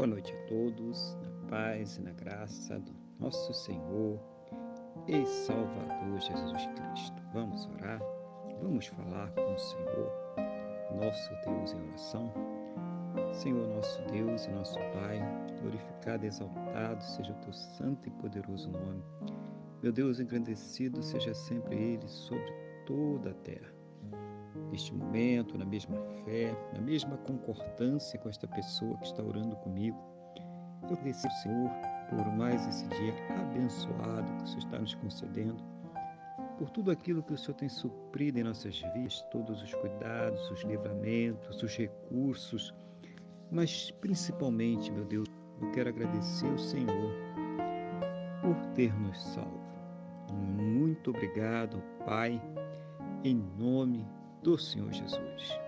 Boa noite a todos, na paz e na graça do nosso Senhor e Salvador Jesus Cristo. Vamos orar, vamos falar com o Senhor, nosso Deus em oração. Senhor, nosso Deus e nosso Pai, glorificado e exaltado seja o teu santo e poderoso nome. Meu Deus, engrandecido seja sempre Ele sobre toda a terra. Neste momento, na mesma fé, na mesma concordância com esta pessoa que está orando comigo, eu agradeço ao Senhor por mais esse dia abençoado que o Senhor está nos concedendo, por tudo aquilo que o Senhor tem suprido em nossas vidas, todos os cuidados, os livramentos, os recursos, mas principalmente, meu Deus, eu quero agradecer ao Senhor por ter nos salvo. Muito obrigado, Pai, em nome do Senhor Jesus.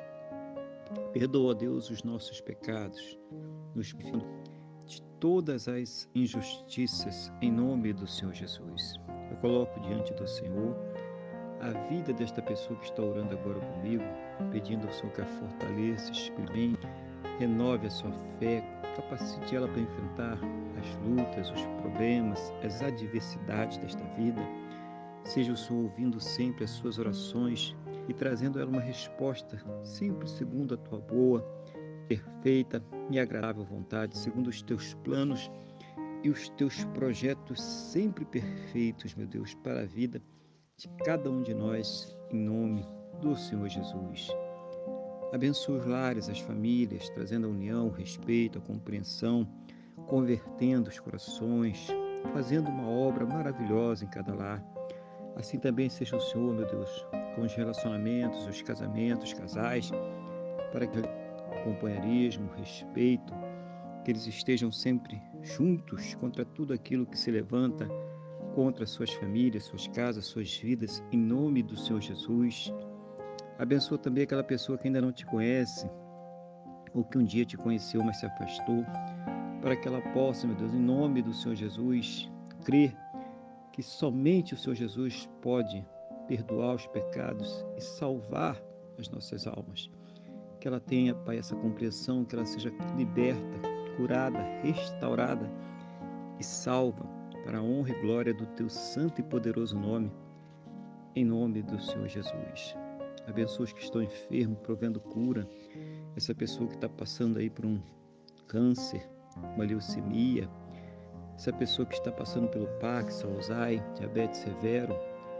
Perdoa, Deus, os nossos pecados, nos purifica de todas as injustiças, em nome do Senhor Jesus. Eu coloco diante do Senhor a vida desta pessoa que está orando agora comigo, pedindo ao Senhor que a fortaleça espiritualmente, renove a sua fé, capacite ela para enfrentar as lutas, os problemas, as adversidades desta vida. Seja o Senhor ouvindo sempre as suas orações e trazendo a ela uma resposta, sempre segundo a tua boa, perfeita e agradável vontade, segundo os teus planos e os teus projetos sempre perfeitos, meu Deus, para a vida de cada um de nós, em nome do Senhor Jesus. Abençoa os lares, as famílias, trazendo a união, o respeito, a compreensão, convertendo os corações, fazendo uma obra maravilhosa em cada lar. Assim também seja o Senhor, meu Deus, com os relacionamentos, os casamentos, os casais, para que o companheirismo, o respeito, que eles estejam sempre juntos contra tudo aquilo que se levanta contra suas famílias, suas casas, suas vidas, em nome do Senhor Jesus. Abençoa também aquela pessoa que ainda não te conhece, ou que um dia te conheceu, mas se afastou, para que ela possa, meu Deus, em nome do Senhor Jesus, crer que somente o Senhor Jesus pode perdoar os pecados e salvar as nossas almas. Que ela tenha, Pai, essa compreensão, que ela seja liberta, curada, restaurada e salva para a honra e glória do teu santo e poderoso nome, em nome do Senhor Jesus. Abençoa os que estão enfermos, provendo cura, essa pessoa que está passando aí por um câncer, uma leucemia, essa pessoa que está passando pelo Parkinson, Alzheimer, diabetes severo,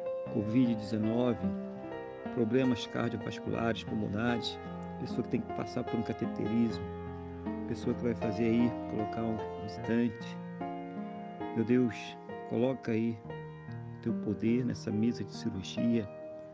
Covid-19, problemas cardiovasculares, pulmonares, pessoa que tem que passar por um cateterismo, pessoa que vai fazer aí, colocar um estante. Meu Deus, coloca aí o teu poder nessa mesa de cirurgia,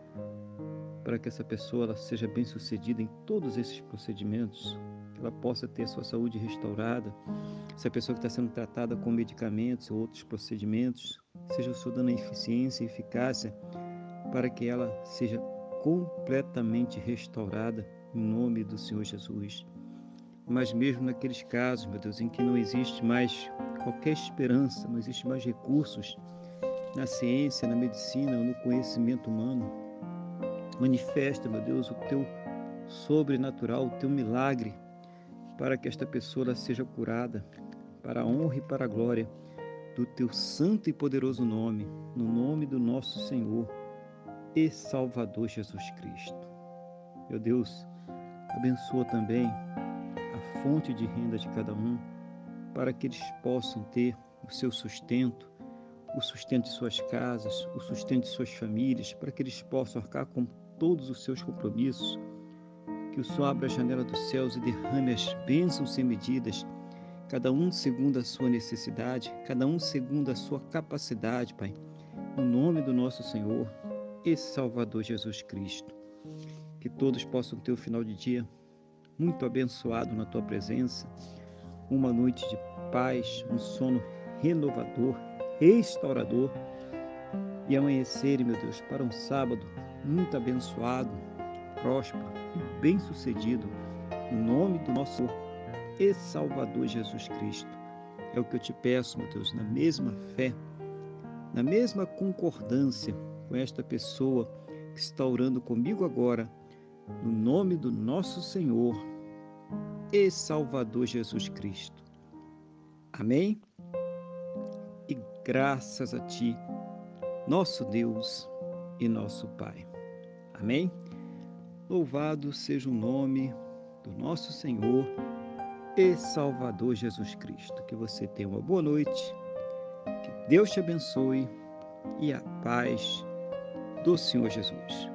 para que essa pessoa ela seja bem sucedida em todos esses procedimentos, que ela possa ter a sua saúde restaurada. Essa pessoa que está sendo tratada com medicamentos ou outros procedimentos, seja o Senhor dando eficiência e eficácia para que ela seja completamente restaurada em nome do Senhor Jesus. Mas mesmo naqueles casos, meu Deus, em que não existe mais qualquer esperança, não existe mais recursos na ciência, na medicina ou no conhecimento humano, manifesta, meu Deus, o teu sobrenatural, o teu milagre, para que esta pessoa ela seja curada, para a honra e para a glória do teu santo e poderoso nome, no nome do nosso Senhor e Salvador Jesus Cristo. Meu Deus, abençoa também a fonte de renda de cada um, para que eles possam ter o seu sustento, o sustento de suas casas, o sustento de suas famílias, para que eles possam arcar com todos os seus compromissos. Que o Senhor abra a janela dos céus e derrame as bênçãos sem medidas, cada um segundo a sua necessidade, cada um segundo a sua capacidade, Pai, no nome do nosso Senhor e Salvador Jesus Cristo. Que todos possam ter o final de dia muito abençoado na Tua presença, uma noite de paz, um sono renovador, restaurador, e amanhecerem, meu Deus, para um sábado muito abençoado, próspero e bem-sucedido, no nome do nosso Senhor e Salvador Jesus Cristo. É o que eu te peço, meu Deus, na mesma fé, na mesma concordância com esta pessoa que está orando comigo agora, no nome do nosso Senhor e Salvador Jesus Cristo. Amém? E graças a Ti, nosso Deus e nosso Pai. Amém? Louvado seja o nome do nosso Senhor e Salvador Jesus Cristo. Que você tenha uma boa noite, que Deus te abençoe e a paz do Senhor Jesus.